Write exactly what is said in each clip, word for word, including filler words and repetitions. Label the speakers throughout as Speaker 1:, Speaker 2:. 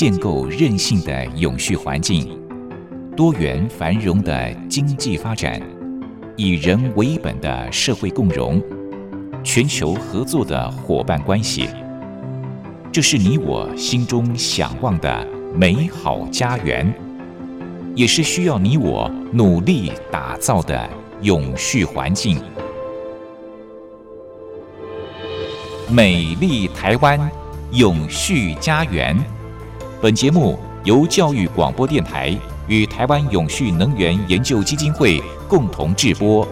Speaker 1: 建构韧性的永续环境，多元繁荣的经济发展，以人为本的社会共荣，全球合作的伙伴关系，这是你我心中向往的美好家园，也是需要你我努力打造的永续环境。美丽台湾，永续家园。本节目由教育广播电台与台湾永续能源研究基金会共同制播。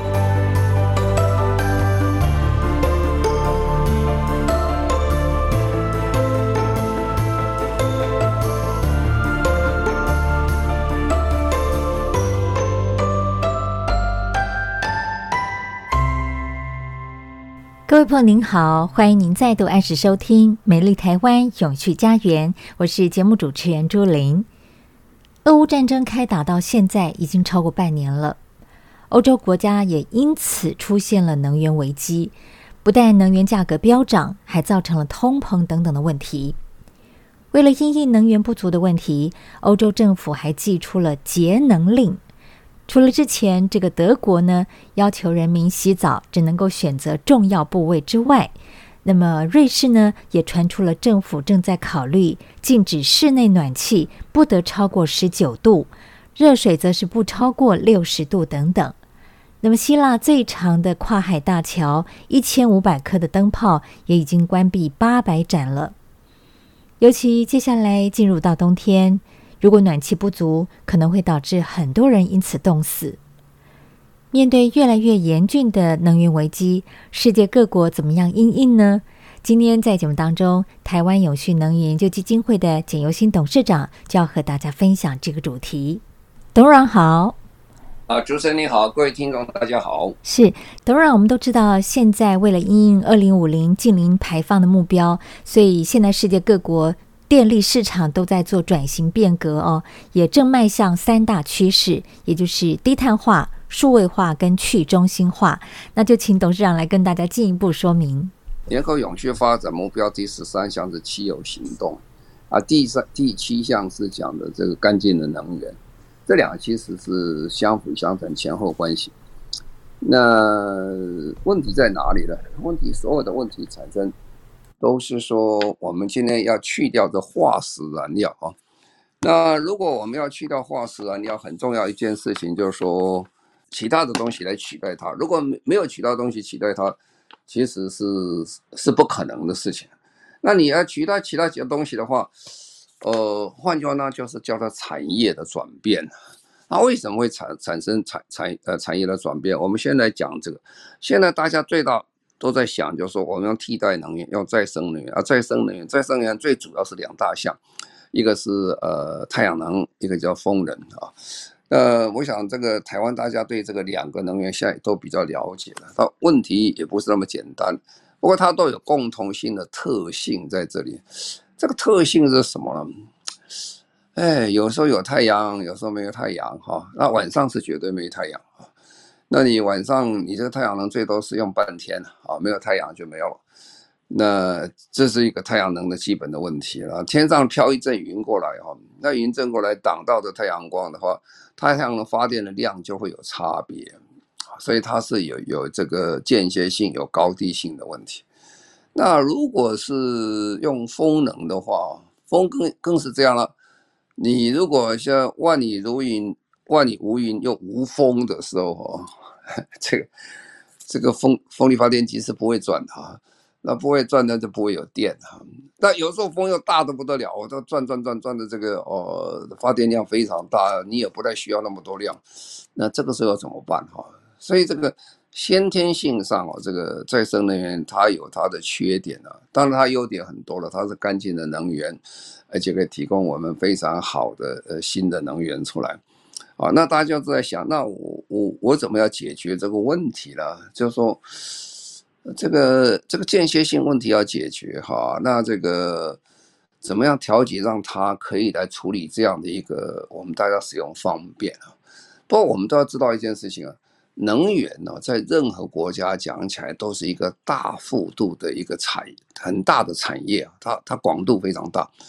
Speaker 2: 各位朋友您好，欢迎您再度按时收听美丽台湾永续家园，我是节目主持人朱琳。俄乌战争开打到现在已经超过半年了，欧洲国家也因此出现了能源危机，不但能源价格飙涨，还造成了通膨等等的问题。为了因应能源不足的问题，欧洲政府还祭出了节能令。除了之前这个德国呢要求人民洗澡只能够选择重要部位之外，那么瑞士呢也传出了政府正在考虑禁止室内暖气不得超过十九度，热水则是不超过六十度等等。那么希腊最长的跨海大桥一千五百颗的灯泡也已经关闭八百盏了。尤其接下来进入到冬天，如果暖气不足，可能会导致很多人因此冻死。面对越来越严峻的能源危机，世界各国怎么样因应呢？今天在节目当中，台湾永续能源研究基金会的简尤新董事长就要和大家分享这个主题。董事长好。
Speaker 3: 啊，主持人你好，各位听众大家好。
Speaker 2: 是，董事长，我们都知道，现在为了因应二零五零净零排放的目标，所以现在世界各国电力市场都在做转型变革哦，也正迈向三大趋势，也就是低碳化、数位化跟去中心化。那就请董事长来跟大家进一步说明。
Speaker 3: 联合永续发展目标第十三项是气候行动啊，第三第七项是讲的这个干净的能源，这两个其实是相辅相成、前后关系。那问题在哪里呢？问题所有的问题产生都是说我们今天要去掉这化石燃料啊。那如果我们要去掉化石燃料，很重要一件事情就是说其他的东西来取代它。如果没有其他东西取代它，其实是是不可能的事情。那你要取代其他几个东西的话，呃，换句话呢，就是叫它产业的转变。那为什么会产产生产产呃产业的转变？我们先来讲这个。现在大家最大都在想，就是说我们用替代能源，用再生能源啊，再生能源，再生能源最主要是两大项，一个是呃太阳能，一个叫风能啊。呃，我想这个台湾大家对这个两个能源现在都比较了解了，它问题也不是那么简单，不过它都有共同性的特性在这里。这个特性是什么呢？哎，有时候有太阳，有时候没有太阳哈。那晚上是绝对没太阳。那你晚上你这个太阳能最多是用半天啊，没有太阳就没有了。那这是一个太阳能的基本的问题了。天上飘一阵云过来哈，那云阵过来挡到的太阳光的话，太阳能发电的量就会有差别，所以它是有有这个间歇性、有高低性的问题。那如果是用风能的话，风更更是这样了。你如果像万里如云、万里无云又无风的时候，这个这个风风力发电机是不会转的啊，那不会转的就不会有电啊。那有时候风又大得不得了，它转转转转的这个呃发电量非常大，你也不太需要那么多量，那这个时候怎么办哈？所以这个先天性上哦，这个再生能源它有它的缺点啊，当然它优点很多了，它是干净的能源，而且可以提供我们非常好的呃新的能源出来。啊，那大家都在想，那我我我怎么样解决这个问题呢？就是说，这个这个间歇性问题要解决哈，那这个怎么样调节让它可以来处理这样的一个我们大家使用方便啊？不过我们都要知道一件事情啊，能源呢，在任何国家讲起来都是一个大幅度的一个产很大的产业啊，它它广度非常大。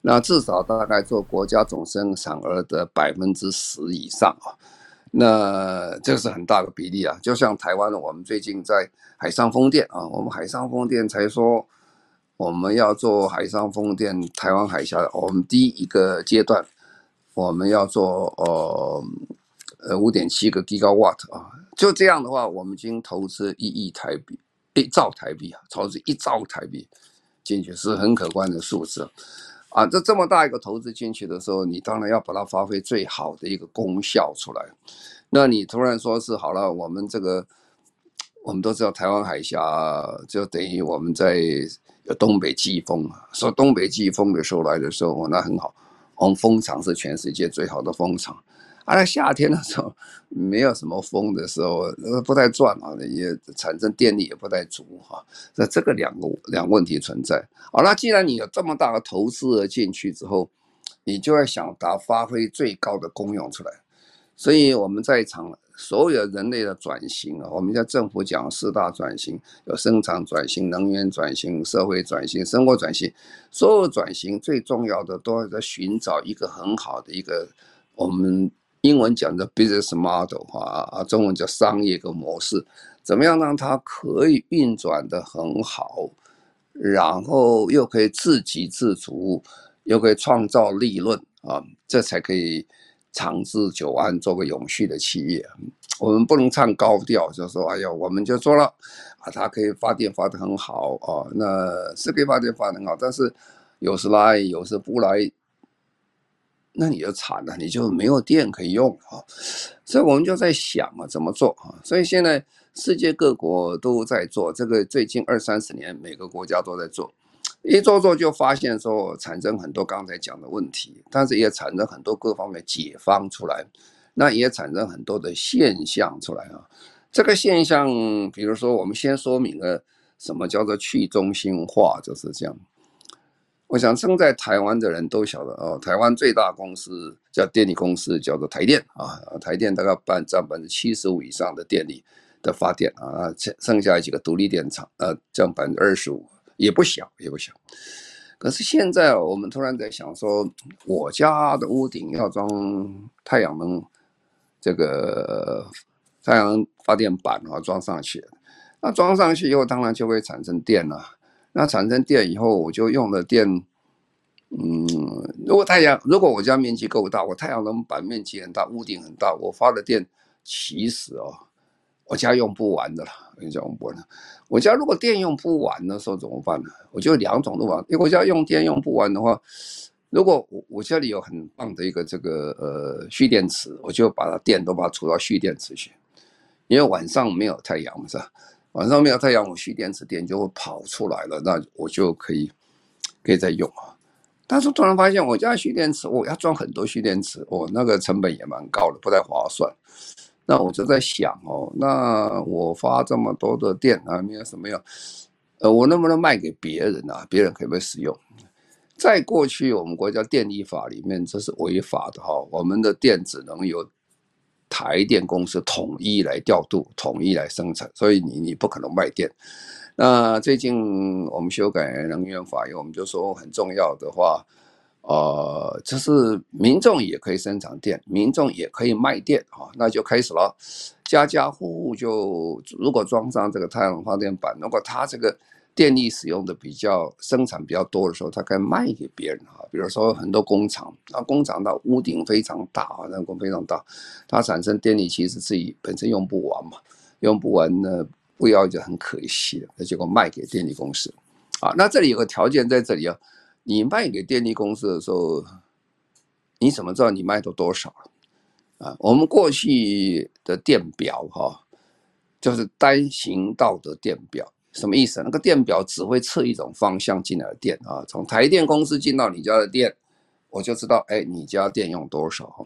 Speaker 3: 那至少大概做国家总生产额的百分之十以上啊。那这是很大的比例啊，就像台湾，我们最近在海上风电啊，我们海上风电才说我们要做海上风电，台湾海峡，我们第一个阶段我们要做呃呃五点七个 gigawatt 啊，就这样的话，我们已经投资一亿台币，一兆台币啊，投资一兆台币进去，是很可观的数字。啊，这这么大一个投资进去的时候，你当然要把它发挥最好的一个功效出来。那你突然说是好了，我们这个我们都知道台湾海峡就等于我们在有东北季风，说东北季风的时候来的时候，那很好，我们风场是全世界最好的风场。啊，那夏天的时候没有什么风的时候，不太转啊，也产生电力也不太足哈。那这个两个两个问题存在。好，那既然你有这么大的投资进去之后，你就要想把它发挥最高的功用出来。所以我们在场所有人类的转型啊，我们在政府讲四大转型，有生产转型、能源转型、社会转型、生活转型，所有转型最重要的都在寻找一个很好的一个我们英文讲的 business model 啊，中文叫商业的模式，怎么样让它可以运转得很好，然后又可以自给自足，又可以创造利润啊，这才可以长治久安，做个永续的企业。我们不能唱高调，就说哎呀，我们就做了啊，它可以发电发得很好啊，那是可以发电发得很好，但是有时来，有时不来。那你就惨了，你就没有电可以用啊，所以我们就在想啊，怎么做啊？所以现在世界各国都在做这个，最近二三十年每个国家都在做，一做做就发现说产生很多刚才讲的问题，但是也产生很多各方面解方出来，那也产生很多的现象出来啊。这个现象，比如说我们先说明了什么叫做去中心化，就是这样。我想生在台湾的人都晓得哦，台湾最大公司叫电力公司，叫做台电啊，台电大概占百分之七十五以上的电力的发电啊，剩下几个独立电厂，呃，占百分之二十五，也不小，也不小。可是现在我们突然在想说，我家的屋顶要装太阳能，这个太阳发电板啊，装上去，那装上去以后，当然就会产生电了。那产生电以后，我就用的电，嗯，如果太阳，如果我家面积够大，我太阳能板面积很大，屋顶很大，我发的电其实哦，我家用不完的了，我家用不完了。我家如果电用不完的时候怎么办呢？我就两种路啊，因为我家用电用不完的话，如果我我家里有很棒的一个这个呃蓄电池，我就把它电都把它储到蓄电池去，因为晚上没有太阳嘛，是吧？晚上没有太阳，我蓄电池电就会跑出来了，那我就可以可以再用啊。但是突然发现我家蓄电池，我要装很多蓄电池，哦，那个成本也蛮高的，不太划算。那我就在想哦，那我发这么多的电啊，没有什么用，呃，我能不能卖给别人啊？别人可不可以使用？在过去我们国家电力法里面这是违法的哈，我们的电只能由台电公司统一来调度，统一来生产，所以你你不可能卖电。那最近我们修改能源法，我们就说很重要的话，呃，就是民众也可以生产电，民众也可以卖电啊，那就开始了，家家户户就如果装上这个太阳能发电板，如果他这个电力使用的比较生产比较多的时候，他可以卖给别人啊。比如说很多工厂，那工厂的屋顶非常大啊，那工非常大，它产生电力其实自己本身用不完嘛，用不完呢不要就很可惜了，那结果卖给电力公司啊。那这里有个条件在这里啊，你卖给电力公司的时候，你怎么知道你卖到多少啊？我们过去的电表哈，就是单行道的电表。什么意思？那个电表只会测一种方向进来的电啊，从台电公司进到你家的电，我就知道，哎，你家电用多少。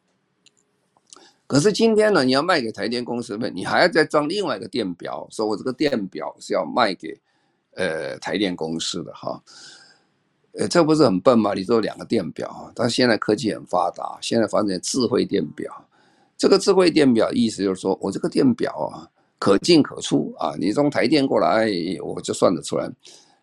Speaker 3: 可是今天呢，你要卖给台电公司，你还要再装另外一个电表，说我这个电表是要卖给呃台电公司的哈。呃，这不是很笨吗？你做两个电表啊，但现在科技很发达，现在发展智慧电表。这个智慧电表意思就是说我这个电表啊，可进可出啊，你从台电过来，我就算得出来。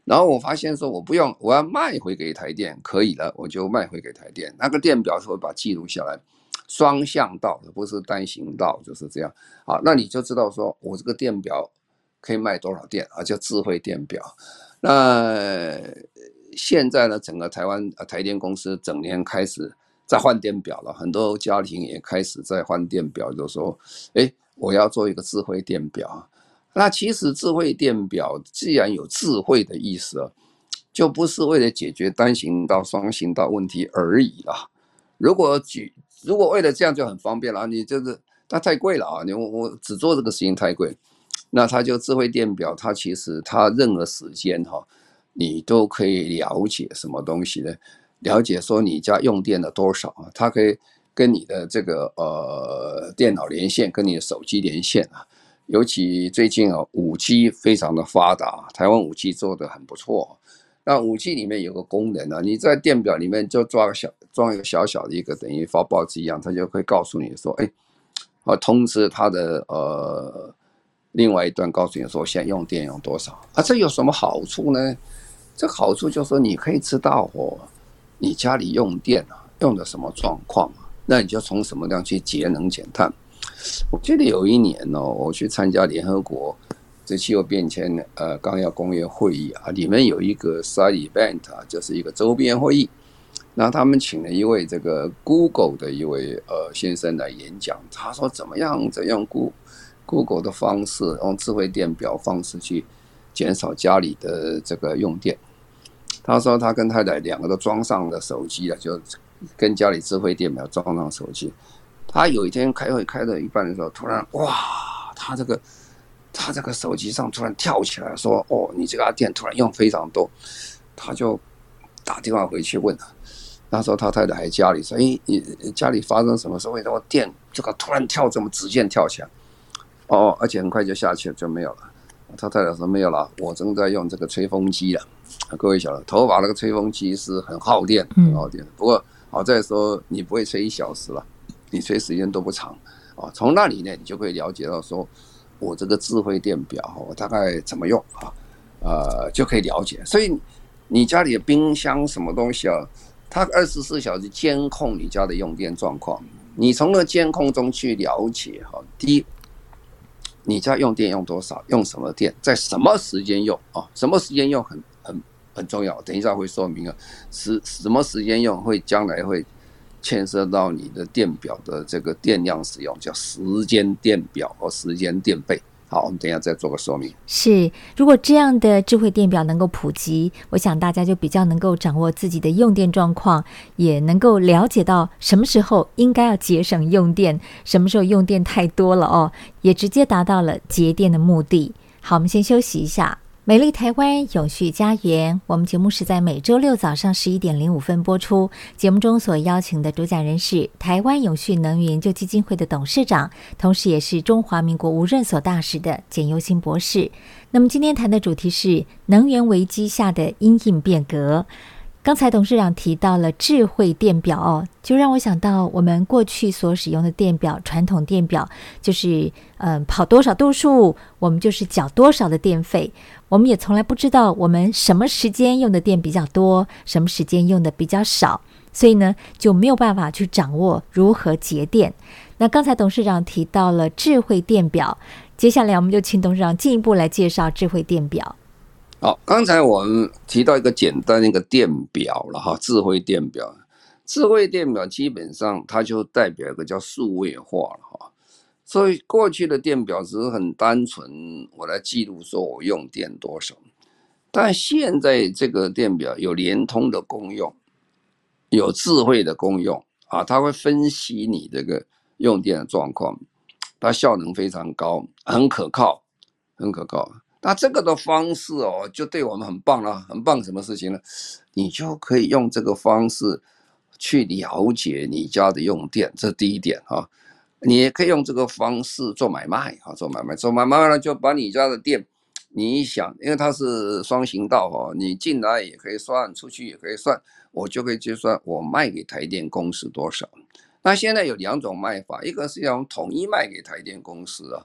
Speaker 3: 然后我发现说我不用，我要卖回给台电，可以了，我就卖回给台电。那个电表是会把记录下来，双向道的，不是单行道，就是这样。好，那你就知道说我这个电表可以卖多少电啊，叫智慧电表。那现在呢，整个台湾台电公司整年开始在换电表了，很多家庭也开始在换电表，就说，哎，我要做一个智慧电表。那其实智慧电表既然有智慧的意思啊，就不是为了解决单行道、双行道问题而已啦。如果举如果为了这样就很方便了，你就是那太贵了啊！你我我只做这个事情太贵，那它就智慧电表，它其实它任何时间哈，你都可以了解什么东西呢？了解说你家用电了多少啊？它可以跟你的这个呃电脑连线，跟你的手机连线啊。尤其最近啊，五 G 非常的发达，台湾五 G 做得很不错。那五 G 里面有个功能啊，你在电表里面就装个小装一个小小的一个等于发报机一样，它就会告诉你说，哎，啊通知它的呃另外一端告诉你说现在用电用多少啊？这有什么好处呢？这个好处就是说你可以知道哦，你家里用电啊用的什么状况啊，那你就从什么地方去节能减碳。我记得有一年哦，我去参加联合国这气候变迁呃纲要公约会议啊，里面有一个 side event 啊，就是一个周边会议。那他们请了一位这个 Google 的一位呃先生来演讲，他说怎么样怎样 Google 的方式，用智慧电表方式去减少家里的这个用电。他说他跟太太两个都装上了手机了，就跟家里智慧电表装上手机。他有一天开会开到一半的时候，突然哇，他这个他这个手机上突然跳起来说，哦，你这个电突然用非常多，他就打电话回去问他。那时候他太太还家里说，哎，你家里发生什么事？为什么电这个突然跳这么直线跳起来？哦，而且很快就下去了，就没有了。他太太说没有了，我正在用这个吹风机了。各位晓得，头发那个吹风机是很耗电，很耗电。不过好在说你不会吹一小时了。你吹时间都不长啊，从那里呢，你就可以了解到说，我这个智慧电表我大概怎么用啊，呃，就可以了解。所以你家里的冰箱什么东西啊，它二十四小时监控你家的用电状况，你从那监控中去了解哈。第一，你家用电用多少，用什么电，在什么时间用啊？什么时间用很很很重要，等一下会说明啊，是什么时间用会将来会牵涉到你的电表的这个电量使用，叫时间电表或时间电费。好，我们等一下再做个说明。
Speaker 2: 是，如果这样的智慧电表能够普及，我想大家就比较能够掌握自己的用电状况，也能够了解到什么时候应该要节省用电，什么时候用电太多了哦，也直接达到了节电的目的。好，我们先休息一下。美丽台湾永续家园，我们节目是在每周六早上十一点零五分播出。节目中所邀请的主讲人是台湾永续能源研究基金会的董事长，同时也是中华民国无任所大使的简尤新博士。那么今天谈的主题是能源危机下的因应变革。刚才董事长提到了智慧电表哦，就让我想到我们过去所使用的电表，传统电表就是嗯、呃、跑多少度数，我们就是缴多少的电费。我们也从来不知道我们什么时间用的电比较多，什么时间用的比较少，所以呢就没有办法去掌握如何节电。那刚才董事长提到了智慧电表，接下来我们就请董事长进一步来介绍智慧电表。
Speaker 3: 好，刚才我们提到一个简单的一个电表了哈，智慧电表。智慧电表基本上它就代表一个叫数位化了哈。所以过去的电表只是很单纯，我来记录说我用电多少。但现在这个电表有联通的功用，有智慧的功用啊，它会分析你这个用电的状况，它效能非常高，很可靠，很可靠。那这个的方式哦，就对我们很棒了，很棒。什么事情呢？你就可以用这个方式去了解你家的用电，这是第一点啊。你也可以用这个方式做买卖啊，做买卖，做买卖呢，就把你家的电，你一想，因为它是双行道哦，你进来也可以算，出去也可以算，我就可以计算我卖给台电公司多少。那现在有两种卖法，一个是要统一卖给台电公司啊。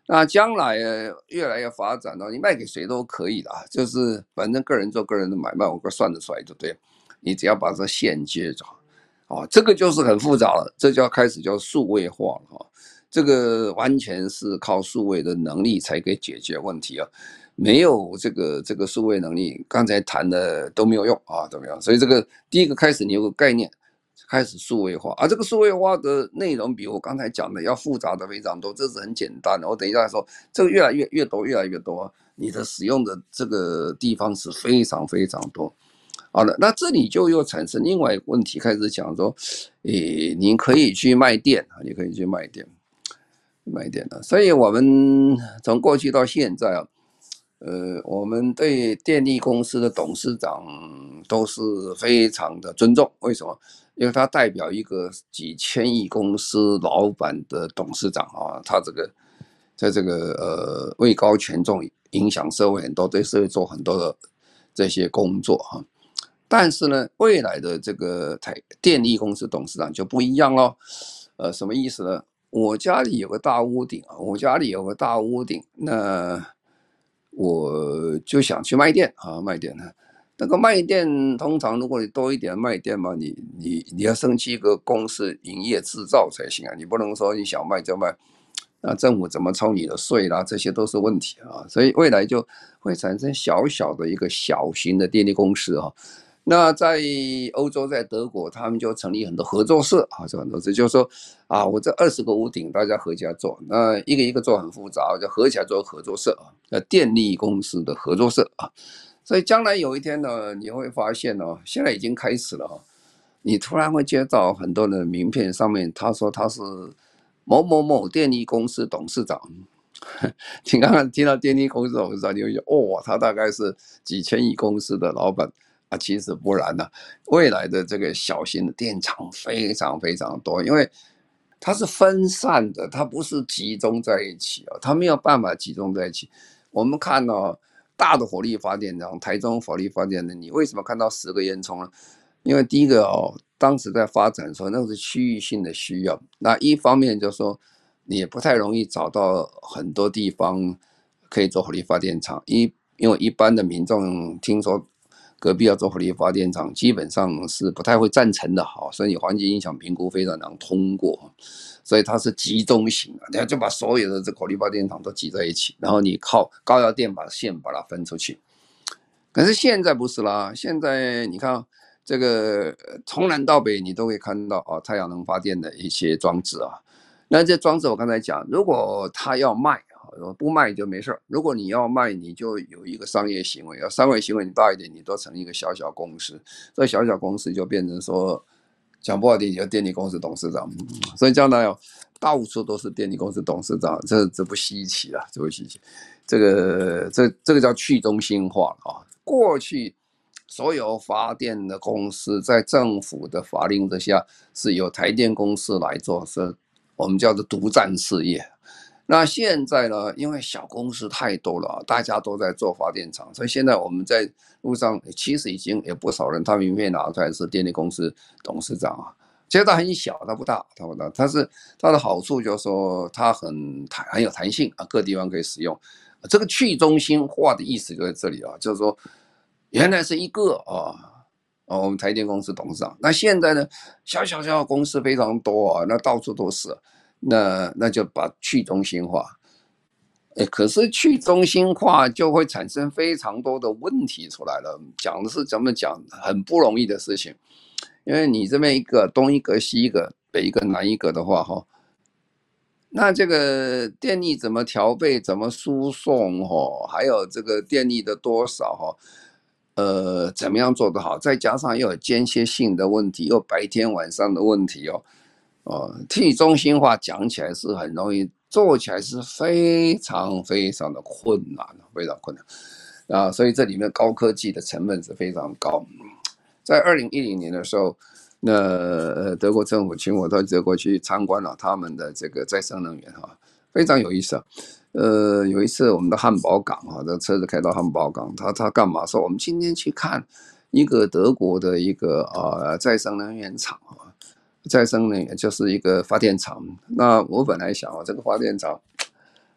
Speaker 3: 那将来越来越发展了，你卖给谁都可以啦，就是反正个人做个人的买卖，我算得出来就对，你只要把这线接着，哦，这个就是很复杂了，这就要开始叫数位化了哈。这个完全是靠数位的能力才可以解决问题啊，没有这个这个数位能力，刚才谈的都没有用啊，都没有。所以这个第一个开始你有个概念，开始数位化，而、啊、这个数位化的内容比我刚才讲的要复杂的非常多，这是很简单的。我等一下说，这个越来越越多，越来越多，你的使用的这个地方是非常非常多。好了，那这里就又产生另外一个问题，开始讲说，诶，你可以去卖电啊，你可以去卖电。卖电的，所以我们从过去到现在啊，呃，我们对电力公司的董事长都是非常的尊重。为什么？因为他代表一个几千亿公司老板的董事长啊，他这个在这个呃位高权重，影响社会很多，对社会做很多的这些工作哈。但是呢，未来的这个台电力公司董事长就不一样咯。呃，什么意思呢？我家里有个大屋顶啊，我家里有个大屋顶，那我就想去卖电啊，卖电呢。那个卖电通常如果你多一点卖电嘛，你你你要申请一个公司营业执照才行啊，你不能说你想卖就卖，那政府怎么抽你的税啦，这些都是问题啊。所以未来就会产生小小的一个小型的电力公司啊。那在欧洲，在德国，他们就成立很多合作社啊，这很多这就是说啊，我这二十个屋顶大家合起来做，那一个一个做很复杂，就合起来做合作社啊，叫电力公司的合作社啊。所以将来有一天呢，你会发现呢、哦，现在已经开始了、哦，你突然会接到很多的名片上面，他说他是某某某电力公司董事长。你刚刚听到电力公司董事长，你会觉得哦，他大概是几千亿公司的老板。啊，其实不然呢、啊，未来的这个小型的电厂非常非常多，因为它是分散的，它不是集中在一起哦，它没有办法集中在一起。我们看哦，大的火力发电厂，台中火力发电的，你为什么看到十个烟囱呢？因为第一个哦，当时在发展的时候，那是区域性的需要。那一方面就是说，你也不太容易找到很多地方可以做火力发电厂，一因为一般的民众听说隔壁要做火力发电厂，基本上是不太会赞成的，哈，所以环境影响评估非常难通过，所以它是集中型的，你就把所有的这火力发电厂都挤在一起，然后你靠高压电把线把它分出去。可是现在不是啦，现在你看这个从南到北，你都会看到啊，太阳能发电的一些装置啊。那这装置我刚才讲，如果他要卖，不卖就没事，如果你要卖，你就有一个商业行为，要商业行为你大一点，你都成立一个小小公司，这小小公司就变成说，讲不好听，有电力公司董事长，所以将来哦，到处都是电力公司董事长，这这不稀奇了，这不稀奇，这个这这个叫去中心化啊。过去所有发电的公司在政府的法令之下，是由台电公司来做，是我们叫做独占事业。那现在呢，因为小公司太多了，大家都在做发电厂，所以现在我们在路上其实已经有不少人，他名片拿出来是电力公司董事长啊。其实它很小，它不大，它不大，它是它的好处就是说它很弹很有弹性啊，各地方可以使用。这个去中心化的意思就在这里啊，就是说原来是一个啊，哦，我们台电公司董事长，那现在呢，小小小公司非常多啊，那到处都是、啊。那那就把去中心化，哎，可是去中心化就会产生非常多的问题出来了。讲的是怎么讲，很不容易的事情，因为你这边一个东一个西一个北一个南一个的话，哈，那这个电力怎么调配，怎么输送，哈，还有这个电力的多少，哈，呃，怎么样做得好？再加上又有间歇性的问题，又白天晚上的问题哦。哦，去中心化讲起来是很容易，做起来是非常非常的困难，非常困难啊！所以这里面高科技的成本是非常高。在二零一零年的时候，那德国政府请我到德国去参观了他们的这个再生能源哈，非常有意思啊。呃，有一次我们的汉堡港哈，这车子开到汉堡港，他他干嘛？说我们今天去看一个德国的一个啊再生能源厂啊。再生能源就是一个发电厂，那我本来想啊，这个发电厂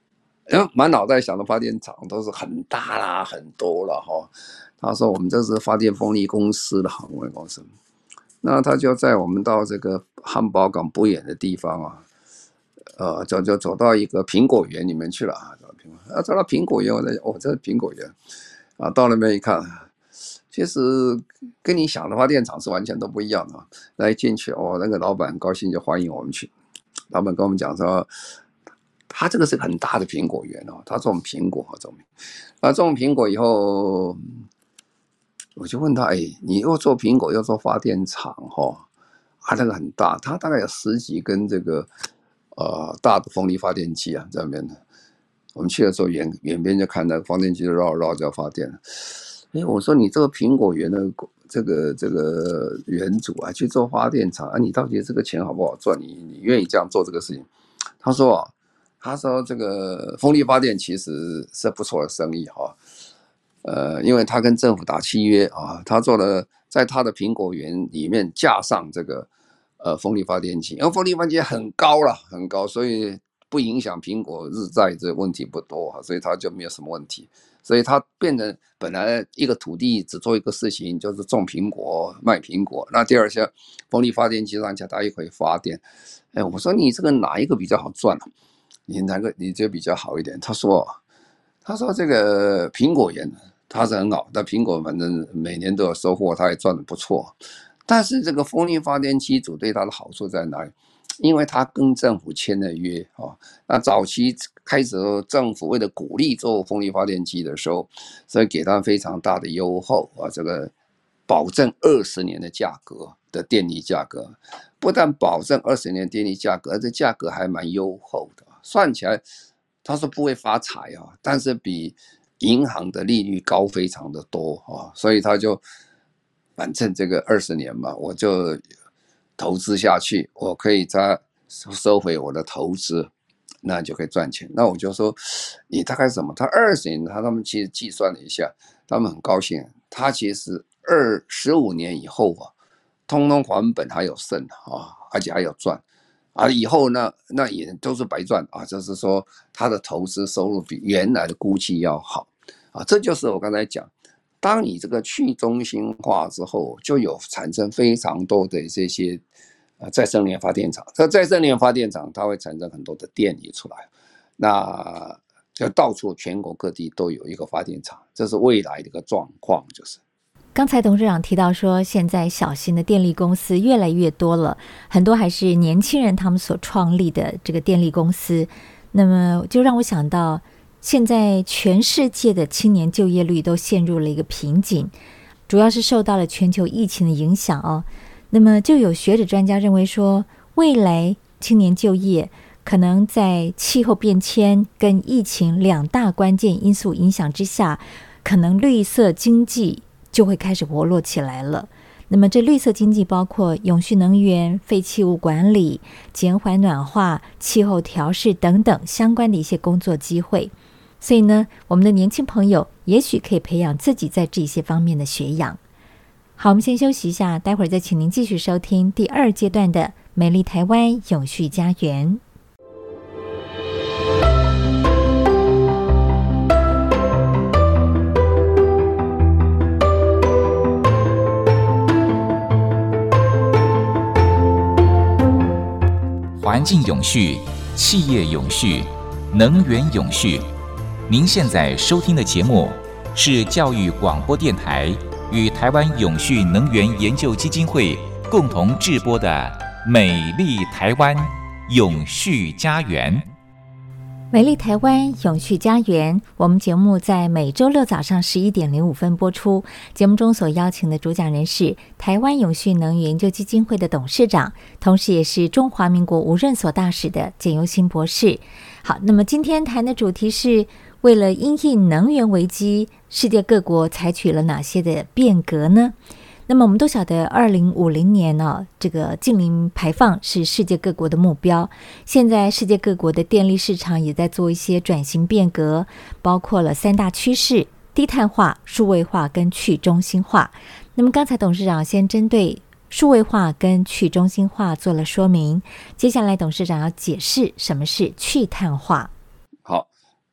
Speaker 3: 因为满脑袋想的发电厂都是很大啦，很多了哈。他说我们这是发电风力公司的航空公司，那他就在我们到这个汉堡港不远的地方啊，呃，就就走到一个苹果园里面去了啊，啊，走到苹果园，我在哦，这是苹果园啊，到那边一看，其实跟你想的发电厂是完全都不一样的。来进去哦，那个老板很高兴就欢迎我们去，老板跟我们讲说，他这个是很大的苹果园哦，他种苹果，种啊种苹果以后，我就问他，哎，你又做苹果又做发电厂哦，啊，这个很大，他大概有十几根这个呃大的风力发电机啊在那边的。我们去的时候远远边就看到发电机绕绕就要发电了。哎，我说你这个苹果园的这个这个园主啊，去做发电厂啊，你到底这个钱好不好赚？你你愿意这样做这个事情？他说啊，他说这个风力发电其实是不错的生意哈。呃，因为他跟政府打契约啊，他做了在他的苹果园里面架上这个呃风力发电机，因为风力发电机很高了，很高，所以不影响苹果日债这问题不多，所以他就没有什么问题。所以他变成本来一个土地只做一个事情，就是种苹果卖苹果。那第二项风力发电机让它也可以发电。哎，我说你这个哪一个比较好赚啊？你哪个你就比较好一点？他说，他说这个苹果园他是很好，但苹果反正每年都有收获，他也赚得不错。但是这个风力发电机组对他的好处在哪里？因为他跟政府签了约啊，那早期开始政府为了鼓励做风力发电机的时候，所以给他非常大的优厚啊，这个保证二十年的价格的电力价格，不但保证二十年电力价格，而且价格还蛮优厚的，算起来他说不会发财啊，但是比银行的利率高非常的多啊，所以他就反正这个二十年嘛，我就投资下去，我可以再收回我的投资，那就可以赚钱。那我就说，你大概什么？他二十年，他他们其实计算了一下，他们很高兴。他其实二十五年以后啊，通通还本还有剩啊，而且还有赚啊。以后呢，那也都是白赚啊。就是说，他的投资收入比原来的估计要好啊。这就是我刚才讲。当你这个去中心化之后，就有产生非常多的这些呃再生能源发电厂。这再生能源发电厂它会产生很多的电力出来，那就到处全国各地都有一个发电厂，这是未来的一个状况。就是
Speaker 2: 刚才董事长提到说，现在小型的电力公司越来越多了，很多还是年轻人他们所创立的这个电力公司，那么就让我想到现在全世界的青年就业率都陷入了一个瓶颈，主要是受到了全球疫情的影响哦。那么就有学者专家认为说，未来青年就业可能在气候变迁跟疫情两大关键因素影响之下，可能绿色经济就会开始活络起来了。那么这绿色经济包括永续能源、废弃物管理、减缓暖化、气候调适等等相关的一些工作机会。所以呢，我们的年轻朋友也许可以培养自己在这些方面的学养。好，我们先休息一下，待会儿再请您继续收听第二阶段的美丽台湾永续家园。
Speaker 1: 环境永续、企业永续、能源永续。您现在收听的节目是教育广播电台与台湾永续能源研究基金会共同制播的《美丽台湾永续家园》。
Speaker 2: 美丽台湾永续家园，我们节目在每周六早上十一点零五分播出。节目中所邀请的主讲人是台湾永续能源研究基金会的董事长，同时也是中华民国无任所大使的简尤新博士。好，那么今天谈的主题是为了因应能源危机，世界各国采取了哪些的变革呢？那么我们都晓得二零五零年呢、哦，这个净零排放是世界各国的目标。现在世界各国的电力市场也在做一些转型变革，包括了三大趋势：低碳化、数位化跟去中心化。那么刚才董事长先针对数位化跟去中心化做了说明，接下来董事长要解释什么是去碳化。
Speaker 3: 好，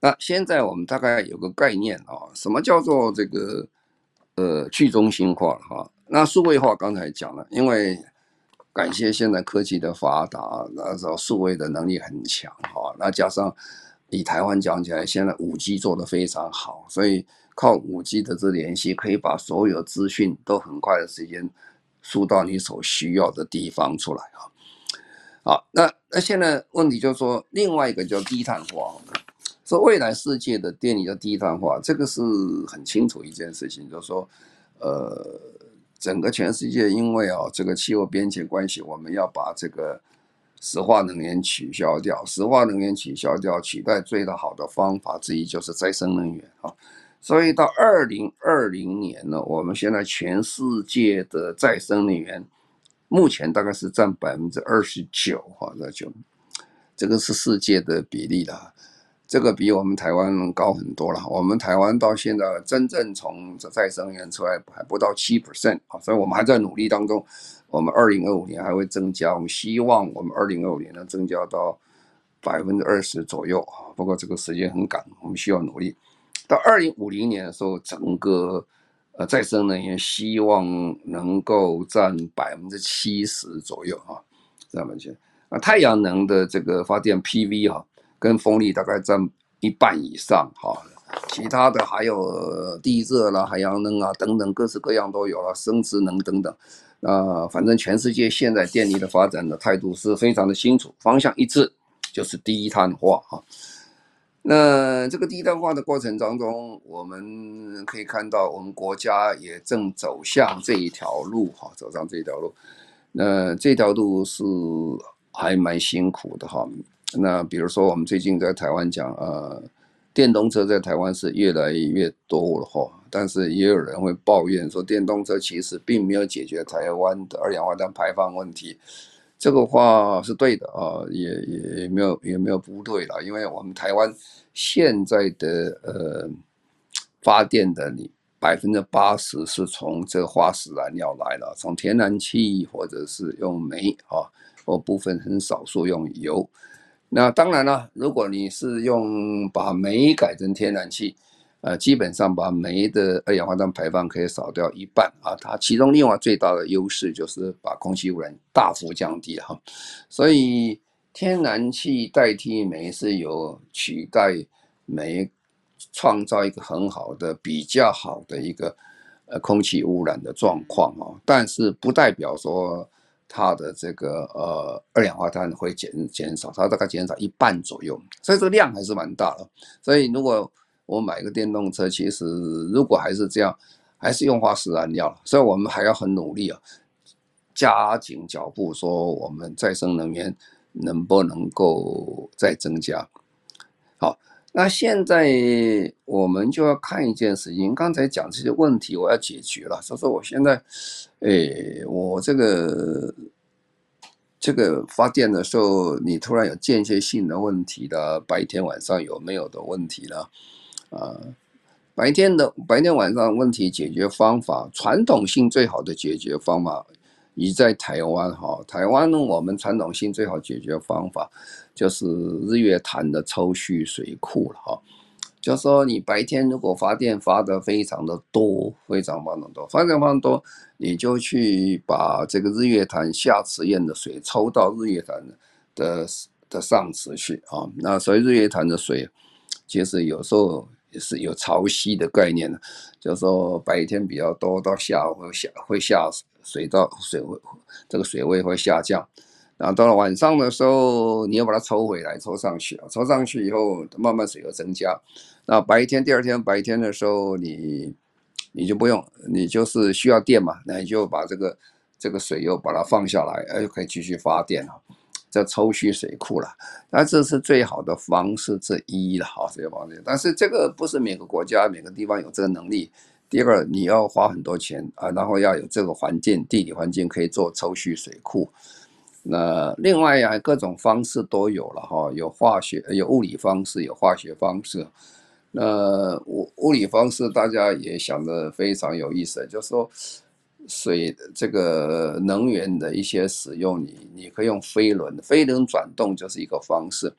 Speaker 3: 那现在我们大概有个概念啊，什么叫做这个呃去中心化哈？那数位化刚才讲了，因为感谢现在科技的发达，那时候数位的能力很强哈，那加上以台湾讲起来，现在五 G 做得非常好，所以靠五 G 的这联系，可以把所有资讯都很快的时间输到你所需要的地方出来啊。好，那那现在问题就是说，另外一个叫低碳化，说未来世界的电力叫低碳化，这个是很清楚一件事情，就是说，呃，整个全世界因为啊这个气候变迁关系，我们要把这个石化能源取消掉，石化能源取消掉，取代最好的方法之一就是再生能源啊。所以到二零二零年呢，我们现在全世界的再生能源目前大概是占百分之二十九哈，这就这个是世界的比例了。这个比我们台湾高很多了。我们台湾到现在真正从再生能源出来还不到 百分之七 啊，所以我们还在努力当中。我们二零二五年还会增加，我们希望我们二零二五年能增加到百分之二十左右啊。不过这个时间很赶，我们需要努力。到二零五零年的时候，整个呃再生能源希望能够占百分之七十左右啊，这样子。啊，太阳能的这个发电 P V 哈、啊。跟风力大概占一半以上哈，其他的还有地热啦、海洋能啊等等，各式各样都有了，生殖能等等。呃，反正全世界现在电力的发展的态度是非常的清楚，方向一致，就是低碳化哈。那这个低碳化的过程当中，我们可以看到，我们国家也正走向这一条路哈，走上这条路。那这条路是还蛮辛苦的哈。那比如说，我们最近在台湾讲，呃，电动车在台湾是越来越多了哈，但是也有人会抱怨说，电动车其实并没有解决台湾的二氧化碳排放问题。这个话是对的啊，也也没有也没有不对了，因为我们台湾现在的呃发电的你百分之八十是从这个化石燃料来了，从天然气或者是用煤啊，或部分很少数用油。那当然了，如果你是用把煤改成天然气，呃，基本上把煤的二氧化碳排放可以少掉一半啊。它其中另外最大的优势就是把空气污染大幅降低哈。所以天然气代替煤是有取代煤，创造一个很好的、比较好的一个呃空气污染的状况啊。但是不代表说它的这个呃二氧化碳会减减少，它大概减少一半左右，所以这个量还是蛮大的。所以如果我买个电动车，其实如果还是这样，还是用化石燃料，所以我们还要很努力啊，加紧脚步，说我们再生能源能不能够再增加。好，那现在我们就要看一件事情，刚才讲这些问题我要解决了，所以说我现在，诶，我这个这个发电的时候，你突然有间歇性的问题了，白天晚上有没有的问题了，啊、呃，白天的白天晚上问题解决方法，传统性最好的解决方法，以在台湾哈，台湾呢，我们传统性最好解决方法就是日月潭的抽蓄水库了哈。就说你白天如果发电发的非常的多，非常非常多，发电非常多，你就去把这个日月潭下池堰的水抽到日月潭的的上池去啊。那所以日月潭的水，其实有时候也是有潮汐的概念的，就是说白天比较多，到下午会下会下水到水位，这个水位会下降。然后到了晚上的时候，你要把它抽回来，抽上去，抽上去以后，慢慢水又增加。那白天第二天白天的时候，你你就不用，你就是需要电嘛，那你就把这个这个水又把它放下来，哎，就可以继续发电了。这抽蓄水库了，那这是最好的方式之一了，哈，这个方式。但是这个不是每个国家每个地方有这个能力。第二，你要花很多钱啊，然后要有这个环境，地理环境可以做抽蓄水库。那另外呀，各种方式都有了哈，有化学、有物理方式，有化学方式。那物物理方式大家也想得非常有意思，就是说水这个能源的一些使用，你你可以用飞轮，飞轮转动就是一个方式。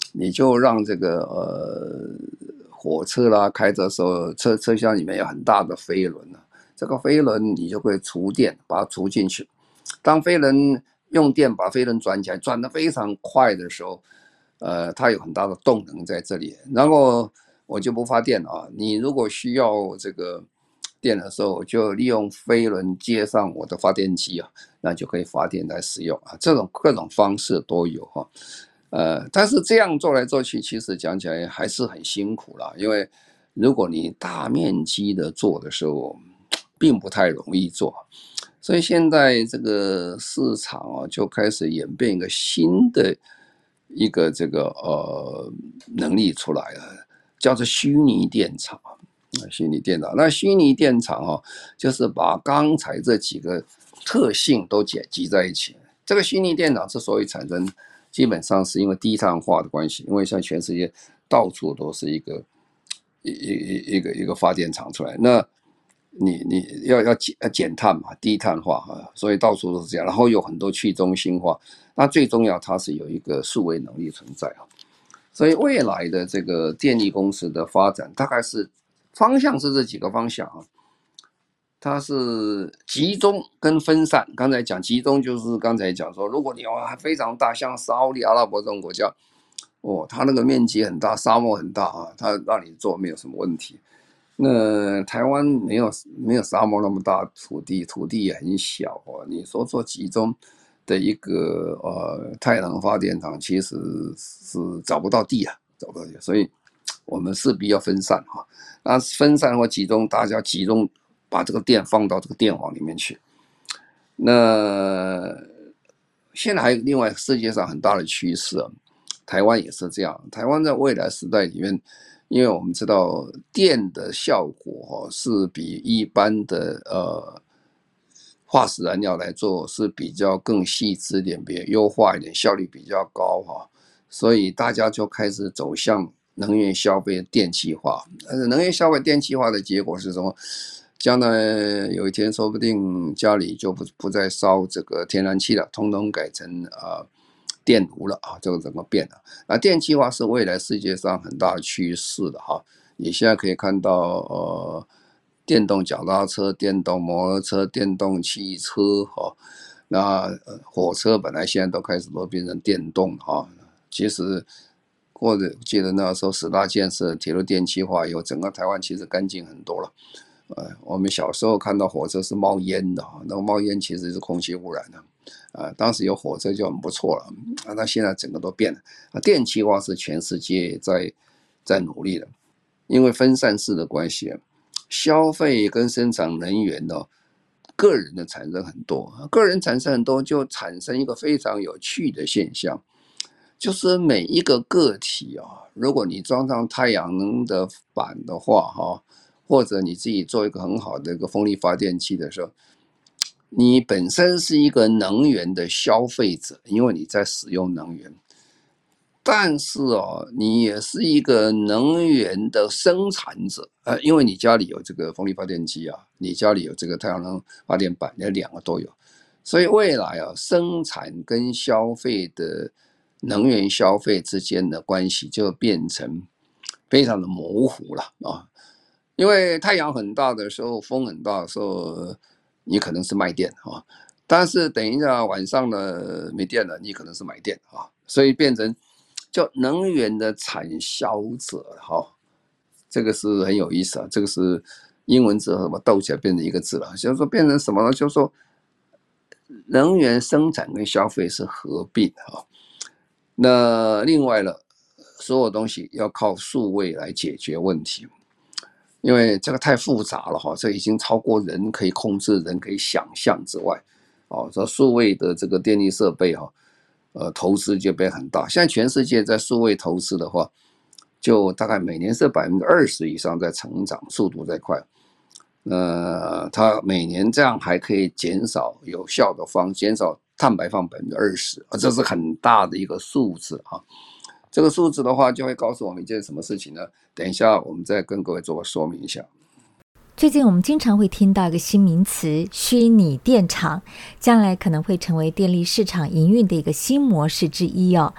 Speaker 3: 你就让这个呃火车啦开的时候，车车厢里面有很大的飞轮啊，这个飞轮你就会储电，把它储进去。当飞轮用电把飞轮转起来，转得非常快的时候，呃，它有很大的动能在这里。然后我就不发电啊，你如果需要这个电的时候，我就利用飞轮接上我的发电机啊，那就可以发电来使用啊。这种各种方式都有哈。呃，但是这样做来做去，其实讲起来还是很辛苦啦，因为如果你大面积的做的时候，并不太容易做，所以现在这个市场啊，就开始演变一个新的一个这个呃能力出来了，叫做虚拟电厂。虚拟电厂，那虚拟电厂哦，就是把刚才这几个特性都集集在一起。这个虚拟电厂之所以产生，基本上是因为低碳化的关系，因为像全世界到处都是一个一一一个一个发电厂出来，那你你要要减减碳嘛，低碳化啊，所以到处都是这样。然后有很多去中心化，那最重要它是有一个数位能力存在啊。所以未来的这个电力公司的发展，大概是方向是这几个方向啊。它是集中跟分散。刚才讲集中，就是刚才讲说，如果你要非常大，像沙烏地阿拉伯这种国家，哦，它那个面积很大，沙漠很大啊，它让你做没有什么问题。那台湾没有没有沙漠那么大土地，土地也很小哦。你说做集中的一个呃太阳能发电厂，其实是找不到地啊，找不到地，所以我们势必要分散哈。那分散或集中，大家集中把这个电放到这个电网里面去。那现在还有另外世界上很大的趋势啊，台湾也是这样。台湾在未来时代里面，因为我们知道电的效果是比一般的呃化石燃料来做是比较更细致一点，比较优化一点，效率比较高哈，所以大家就开始走向能源消费电气化。能源消费电气化的结果是什么？将来有一天说不定家里就不不再烧这个天然气了，通通改成呃电炉了啊，这个怎么变了？那电气化是未来世界上很大的趋势的哈。你现在可以看到呃电动脚踏车、电动摩托车、电动汽车哈，那、呃、火车本来现在都开始都变成电动哈。其实或者记得那时候十大建设铁路电气化以后，整个台湾其实干净很多了。呃，我们小时候看到火车是冒烟的，那个冒烟其实是空气污染的，啊、呃，当时有火车就很不错了，啊，那现在整个都变了，啊，电气化是全世界在在努力的，因为分散式的关系，消费跟生产能源的个人的产生很多，个人产生很多就产生一个非常有趣的现象，就是每一个个体啊，如果你装上太阳能的板的话，哈。或者你自己做一个很好的一个风力发电机的时候，你本身是一个能源的消费者，因为你在使用能源，但是哦，你也是一个能源的生产者，呃，因为你家里有这个风力发电机啊，你家里有这个太阳能发电板，你两个都有，所以未来啊，生产跟消费的能源消费之间的关系就变成非常的模糊了啊。因为太阳很大的时候，风很大的时候，你可能是卖电啊，但是等一下晚上呢没电了，你可能是买电啊，所以变成叫能源的产销者哈，这个是很有意思啊，这个是英文字什么斗起来变成一个字了，就是说变成什么呢？就是说能源生产跟消费是合并啊，那另外呢，所有东西要靠数位来解决问题。因为这个太复杂了哈，这已经超过人可以控制、人可以想象之外，哦，这数位的这个电力设备哈，呃，投资就变很大。现在全世界在数位投资的话，就大概每年是百分之二十以上在成长，速度在快。呃，它每年这样还可以减少有效的方，减少碳排放百分之二十啊，这是很大的一个数字哈。这个数字的话，就会告诉我们一件什么事情呢？等一下，我们再跟各位做个说明一下。
Speaker 2: 最近我们经常会听到一个新名词——虚拟电厂，将来可能会成为电力市场营运的一个新模式之一哦。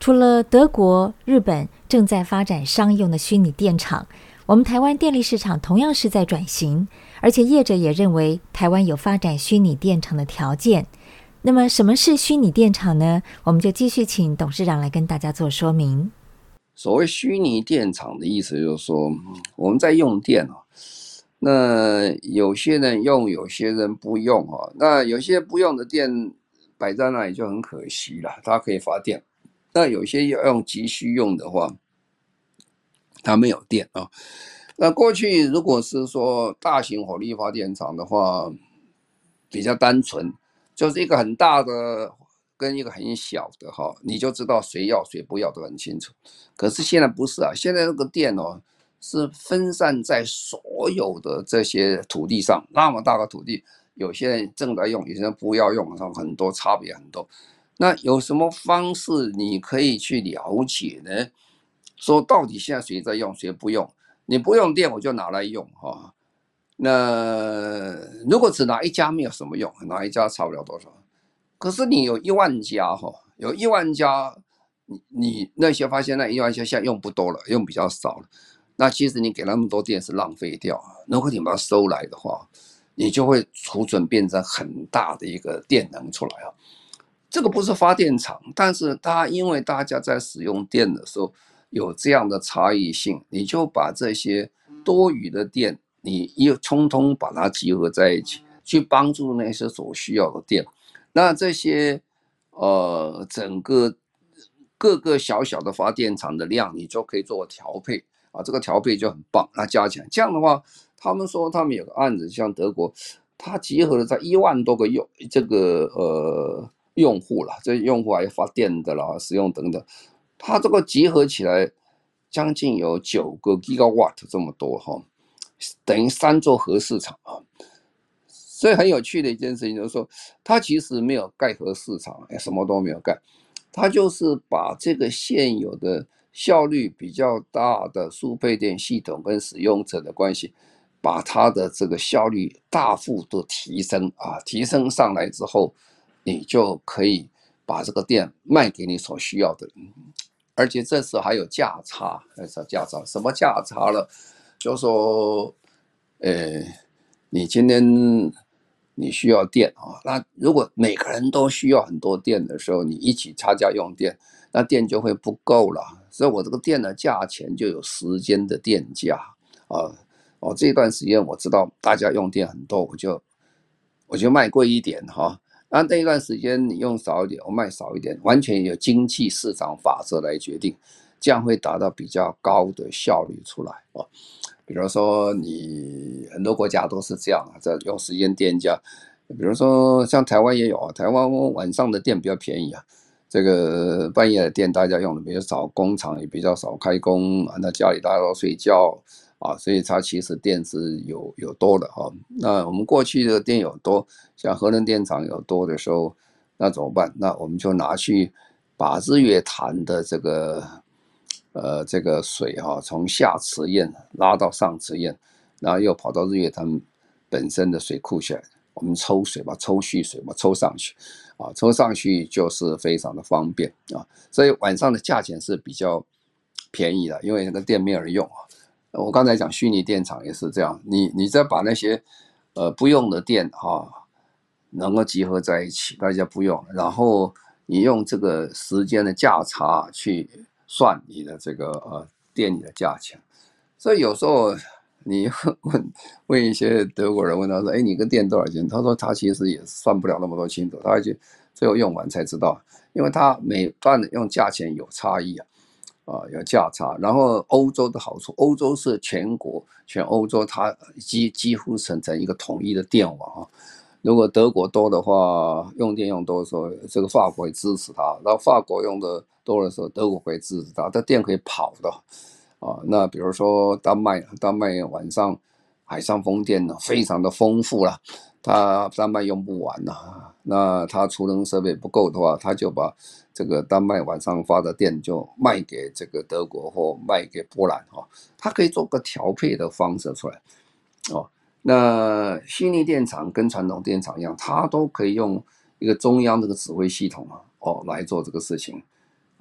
Speaker 2: 除了德国、日本正在发展商用的虚拟电厂，我们台湾电力市场同样是在转型，而且业者也认为台湾有发展虚拟电厂的条件。那么什么是虚拟电厂呢？我们就继续请董事长来跟大家做说明。
Speaker 3: 所谓虚拟电厂的意思就是说，我们在用电啊，那有些人用，有些人不用啊。那有些不用的电摆在那里就很可惜了，它可以发电。那有些要用急需用的话，它没有电啊。那过去如果是说大型火力发电厂的话，比较单纯，就是一个很大的跟一个很小的哈，你就知道谁要谁不要都很清楚。可是现在不是啊，现在这个电哦是分散在所有的这些土地上，那么大个土地，有些人正在用，有些人不要用，上很多差别很多。那有什么方式你可以去了解呢？说到底现在谁在用，谁不用？你不用电，我就拿来用哈。那如果只拿一家没有什么用，拿一家差不了多少。可是你有一万家哈，有一万家，你你那些发现那一万家现在用不多了，用比较少了。那其实你给那么多电是浪费掉。如果你把它收来的话，你就会储存变成很大的一个电能出来啊。这个不是发电厂，但是它因为大家在使用电的时候有这样的差异性，你就把这些多余的电，你又通通把它集合在一起，去帮助那些所需要的电。那这些呃整个各个小小的发电厂的量，你就可以做调配啊，这个调配就很棒。那加起来这样的话，他们说他们有个案子，像德国，它集合了在一万多个用这个呃。用户了，这用户还发电的啦，使用等等，它这个集合起来将近有九个 gigawatt 这么多哈，等于三座核市场啊。所以很有趣的一件事情就是说，它其实没有盖核市场，什么都没有盖，它就是把这个现有的效率比较大的输配电系统跟使用者的关系，把它的这个效率大幅度提升啊，提升上来之后，你就可以把这个电卖给你所需要的人，而且这时候还有价差，价差什么价差了？就说，呃，你今天你需要电啊，那如果每个人都需要很多电的时候，你一起差价用电，那电就会不够了。所以我这个电的价钱就有时间的电价啊。哦，这段时间我知道大家用电很多，我就我就卖贵一点哈。那那一段时间你用少一点，我卖少一点，完全有经济市场法则来决定，这样会达到比较高的效率出来哦。比如说你很多国家都是这样，在用时间电价。比如说像台湾也有啊，台湾晚上的电比较便宜啊，这个半夜的电大家用的比较少，工厂也比较少开工，那家里大家都睡觉啊，所以它其实电是有有多的哈。那我们过去的电有多，像核能电厂有多的时候，那怎么办？那我们就拿去把日月潭的这个呃这个水哈、啊，从下池堰拉到上池堰，然后又跑到日月潭本身的水库下来，我们抽水吧，抽蓄水吧，抽上去啊，抽上去就是非常的方便啊，所以晚上的价钱是比较便宜的，因为那个电没有人用啊。我刚才讲虚拟电厂也是这样，你你再把那些呃不用的电哈、啊，能够集合在一起，大家不用，然后你用这个时间的价差去算你的这个呃电力的价钱，所以有时候你问问一些德国人，问他说：“哎，你个电多少钱？”他说他其实也算不了那么多清楚，他就最后用完才知道，因为他每段的用价钱有差异啊。啊，有价差。然后欧洲的好处，欧洲是全国全欧洲它几几乎形成一个统一的电网啊。如果德国多的话，用电用多的时候，这个法国会支持它；然后法国用的多的时候，德国会支持它，它电可以跑的啊。那比如说丹麦，丹麦晚上海上风电呢非常的丰富了，它丹麦用不完呐、啊。那它储能设备不够的话，它就把这个丹麦晚上发的电就卖给这个德国或卖给波兰哈，它可以做个调配的方式出来哦。那虚拟电厂跟传统电厂一样，它都可以用一个中央这个指挥系统啊哦来做这个事情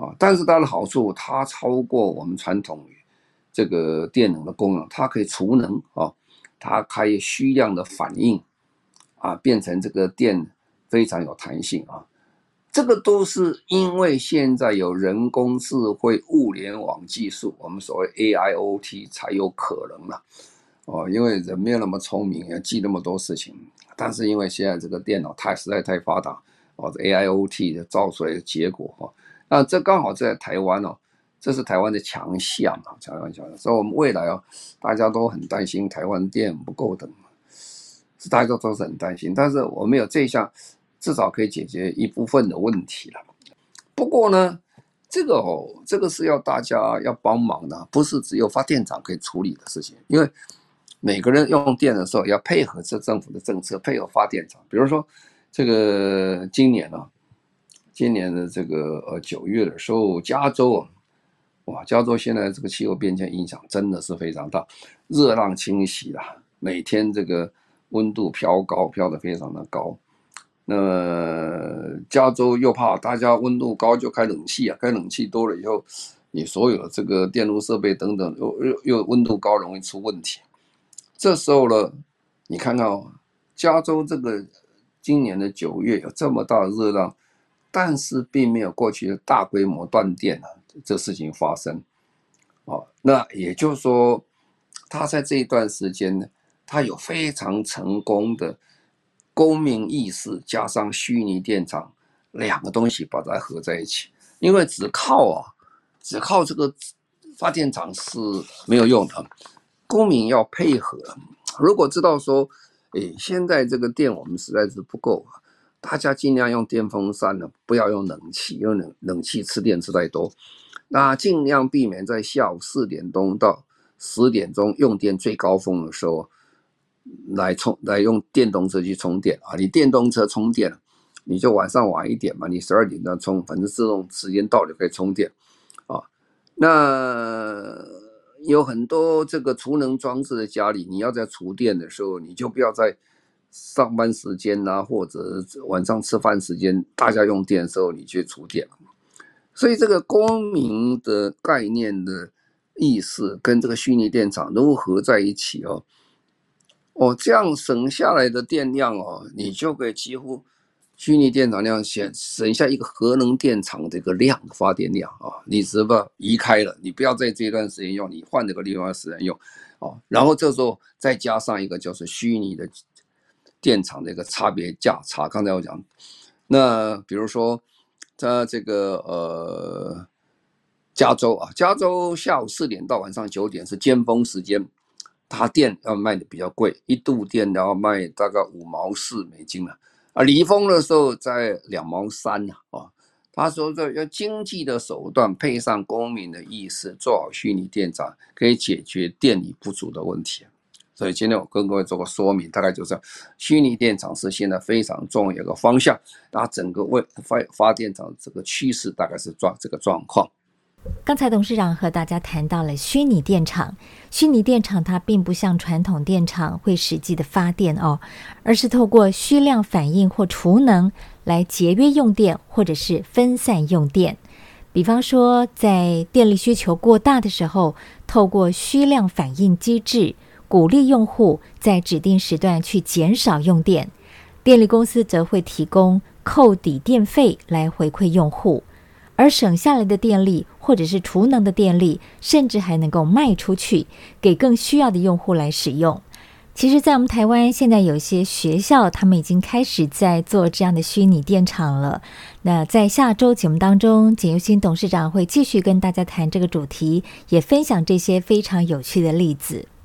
Speaker 3: 啊，但是它的好处，它超过我们传统这个电能的功能，它可以储能啊，它可以虚量的反应啊，变成这个电非常有弹性啊。这个都是因为现在有人工智慧、物联网技术，我们所谓 A I O T 才有可能了。哦，因为人没有那么聪明，要记那么多事情。但是因为现在这个电脑太实在太发达，哦 ，A I O T 的造出来的结果哦，那这刚好在台湾哦，这是台湾的强项啊，强项。所以我们未来哦，大家都很担心台湾电不够等，是大家都是很担心。但是我们有这一项。至少可以解决一部分的问题了。不过呢，这个哦，这个是要大家要帮忙的，不是只有发电厂可以处理的事情。因为每个人用电的时候要配合这政府的政策，配合发电厂。比如说，这个今年啊，今年的这个呃九月的时候，加州啊，哇，加州现在这个气候变迁影响真的是非常大，热浪侵袭啦，每天这个温度飘高，飘得非常的高。那么加州又怕大家温度高就开冷气啊，开冷气多了以后，你所有的这个电路设备等等又又又温度高容易出问题。这时候呢，你看看哦，加州这个今年的九月有这么大的热浪，但是并没有过去的大规模断电啊，这事情发生。哦，那也就是说，他在这一段时间呢，他有非常成功的。公民意识加上虚拟电厂两个东西把它合在一起，因为只靠啊，只靠这个发电厂是没有用的，公民要配合。如果知道说，诶，现在这个电我们实在是不够，大家尽量用电风扇呢，不要用冷气，因为冷冷气吃电吃太多。那尽量避免在下午四点钟到十点钟用电最高峰的时候。来充来用电动车去充电啊！你电动车充电，你就晚上晚一点嘛，你十二点钟充，反正自动时间到了可以充电啊。那有很多这个储能装置的家里，你要在储电的时候，你就不要在上班时间啊，或者晚上吃饭时间，大家用电的时候你去储电。所以这个公民的概念的意识跟这个虚拟电厂如合在一起哦。哦，这样省下来的电量哦，你就可以几乎虚拟电厂量省省下一个核能电厂的一个量发电量啊，你只不移开了，你不要在这段时间用，你换这个另外时间用哦，然后这时候再加上一个就是虚拟的电厂的一个差别价差。刚才我讲，那比如说在这个呃加州啊，加州下午四点到晚上九点是尖峰时间。它电要卖的比较贵，一度电要卖大概五毛四美金了啊，离峰的时候在两毛三了啊。他说这要经济的手段配上公民的意识，做好虚拟电厂，可以解决电力不足的问题。所以今天我跟各位做个说明，大概就是虚拟电厂是现在非常重要的一个方向，那整个为发发电厂这个趋势大概是状这个状况。
Speaker 2: 刚才董事长和大家谈到了虚拟电厂，虚拟电厂它并不像传统电厂会实际的发电哦，而是透过虚量反应或储能来节约用电或者是分散用电。比方说在电力需求过大的时候，透过虚量反应机制鼓励用户在指定时段去减少用电，电力公司则会提供扣抵电费来回馈用户，而省下来的电力或者是储能的电力，甚至还能够卖出去，给更需要的用户来使用。其实在我们台湾现在有一些学校，他们已经开始在做这样的虚拟电厂了。那在下周节目当中，简又新董事长会继续跟大家谈这个主题，也分享这些非常有趣的例子。